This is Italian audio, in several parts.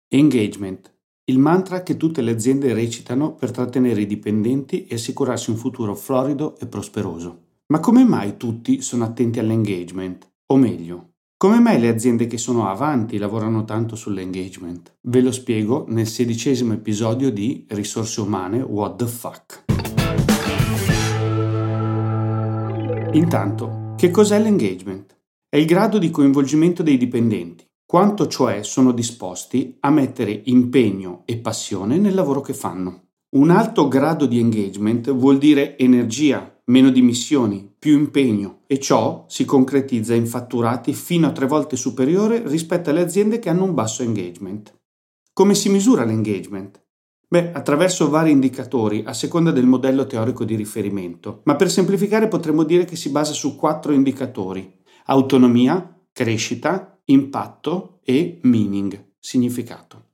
Engagement, il mantra che tutte le aziende recitano per trattenere i dipendenti e assicurarsi un futuro florido e prosperoso. Ma come mai tutti sono attenti all'engagement? O meglio, come mai le aziende che sono avanti lavorano tanto sull'engagement? Ve lo spiego nel 16° episodio di Risorse Umane What the Fuck. Intanto, che cos'è l'engagement? È il grado di coinvolgimento dei dipendenti. Quanto cioè sono disposti a mettere impegno e passione nel lavoro che fanno. Un alto grado di engagement vuol dire energia, meno dimissioni, più impegno e ciò si concretizza in fatturati fino a 3 volte superiore rispetto alle aziende che hanno un basso engagement. Come si misura l'engagement? Attraverso vari indicatori a seconda del modello teorico di riferimento, ma per semplificare potremmo dire che si basa su 4 indicatori: autonomia, crescita, impatto e meaning, significato.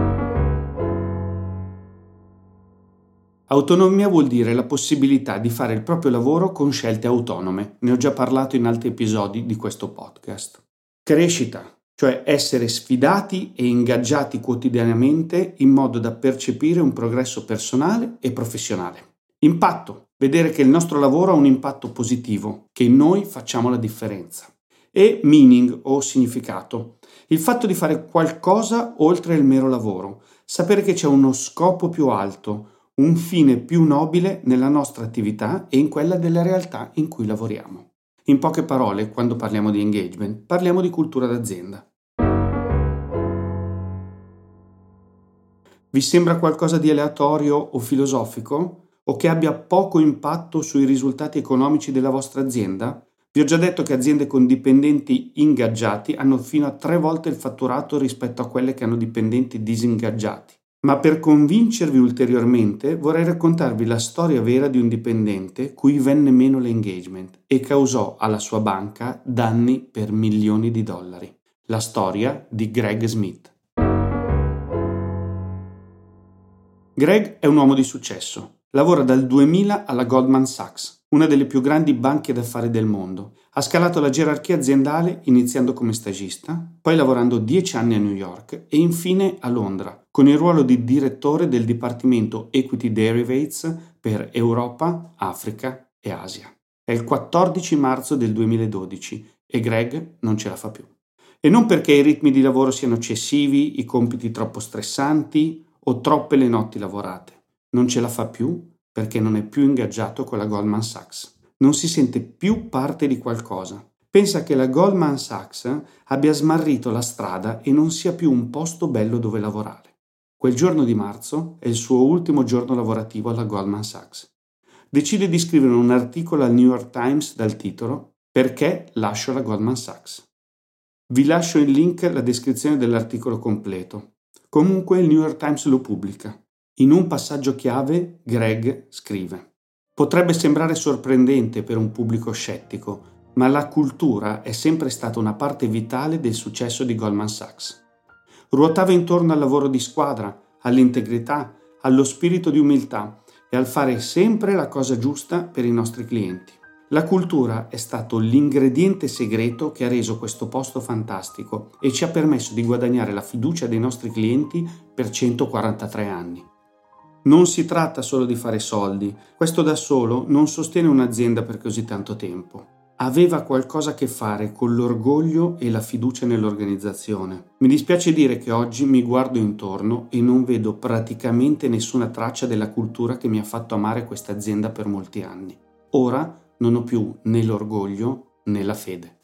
Autonomia vuol dire la possibilità di fare il proprio lavoro con scelte autonome. Ne ho già parlato in altri episodi di questo podcast. Crescita, cioè essere sfidati e ingaggiati quotidianamente in modo da percepire un progresso personale e professionale. Impatto, vedere che il nostro lavoro ha un impatto positivo, che noi facciamo la differenza. E meaning o significato, il fatto di fare qualcosa oltre il mero lavoro, sapere che c'è uno scopo più alto, un fine più nobile nella nostra attività e in quella della realtà in cui lavoriamo. In poche parole, quando parliamo di engagement, parliamo di cultura d'azienda. Vi sembra qualcosa di aleatorio o filosofico? O che abbia poco impatto sui risultati economici della vostra azienda? Vi ho già detto che aziende con dipendenti ingaggiati hanno fino a 3 volte il fatturato rispetto a quelle che hanno dipendenti disingaggiati. Ma per convincervi ulteriormente vorrei raccontarvi la storia vera di un dipendente cui venne meno l'engagement e causò alla sua banca danni per milioni di dollari. La storia di Greg Smith. Greg è un uomo di successo. Lavora dal 2000 alla Goldman Sachs, una delle più grandi banche d'affari del mondo. Ha scalato la gerarchia aziendale iniziando come stagista, poi lavorando 10 anni a New York e infine a Londra, con il ruolo di direttore del Dipartimento Equity Derivatives per Europa, Africa e Asia. È il 14 marzo del 2012 e Greg non ce la fa più. E non perché i ritmi di lavoro siano eccessivi, i compiti troppo stressanti o troppe le notti lavorate. Non ce la fa più perché non è più ingaggiato con la Goldman Sachs. Non si sente più parte di qualcosa. Pensa che la Goldman Sachs abbia smarrito la strada e non sia più un posto bello dove lavorare. Quel giorno di marzo è il suo ultimo giorno lavorativo alla Goldman Sachs. Decide di scrivere un articolo al New York Times dal titolo "Perché lascio la Goldman Sachs?". Vi lascio in link la descrizione dell'articolo completo. Comunque il New York Times lo pubblica. In un passaggio chiave, Greg scrive: potrebbe sembrare sorprendente per un pubblico scettico, ma la cultura è sempre stata una parte vitale del successo di Goldman Sachs. Ruotava intorno al lavoro di squadra, all'integrità, allo spirito di umiltà e al fare sempre la cosa giusta per i nostri clienti. La cultura è stato l'ingrediente segreto che ha reso questo posto fantastico e ci ha permesso di guadagnare la fiducia dei nostri clienti per 143 anni. Non si tratta solo di fare soldi, questo da solo non sostiene un'azienda per così tanto tempo. Aveva qualcosa a che fare con l'orgoglio e la fiducia nell'organizzazione. Mi dispiace dire che oggi mi guardo intorno e non vedo praticamente nessuna traccia della cultura che mi ha fatto amare questa azienda per molti anni. Ora non ho più né l'orgoglio né la fede.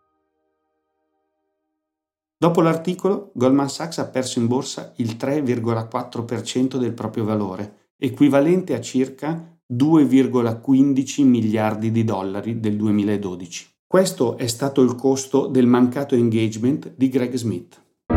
Dopo l'articolo, Goldman Sachs ha perso in borsa il 3,4% del proprio valore, equivalente a circa 2,15 miliardi di dollari del 2012. Questo è stato il costo del mancato engagement di Greg Smith.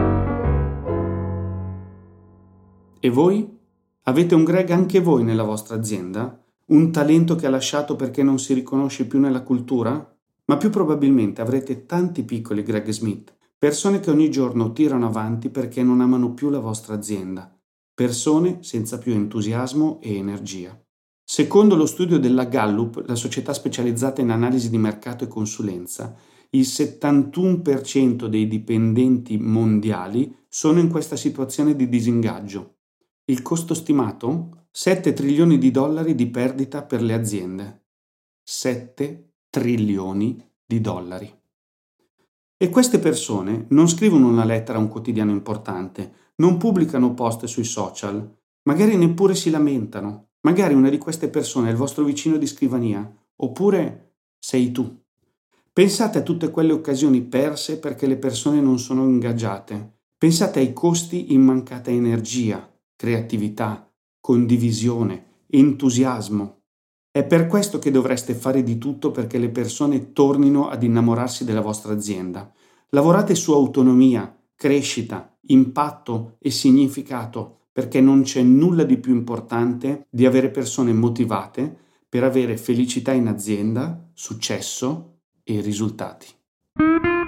E voi? Avete un Greg anche voi nella vostra azienda? Un talento che ha lasciato perché non si riconosce più nella cultura? Ma più probabilmente avrete tanti piccoli Greg Smith. Persone che ogni giorno tirano avanti perché non amano più la vostra azienda. Persone senza più entusiasmo e energia. Secondo lo studio della Gallup, la società specializzata in analisi di mercato e consulenza, Il 71% dei dipendenti mondiali sono in questa situazione di disingaggio. Il costo stimato? 7 trilioni di dollari di perdita per le aziende. 7 trilioni di dollari. E queste persone non scrivono una lettera a un quotidiano importante, non pubblicano post sui social, magari neppure si lamentano. Magari una di queste persone è il vostro vicino di scrivania, oppure sei tu. Pensate a tutte quelle occasioni perse perché le persone non sono ingaggiate. Pensate ai costi in mancata energia, creatività, condivisione, entusiasmo. È per questo che dovreste fare di tutto perché le persone tornino ad innamorarsi della vostra azienda. Lavorate su autonomia, crescita, impatto e significato, perché non c'è nulla di più importante di avere persone motivate per avere felicità in azienda, successo e risultati.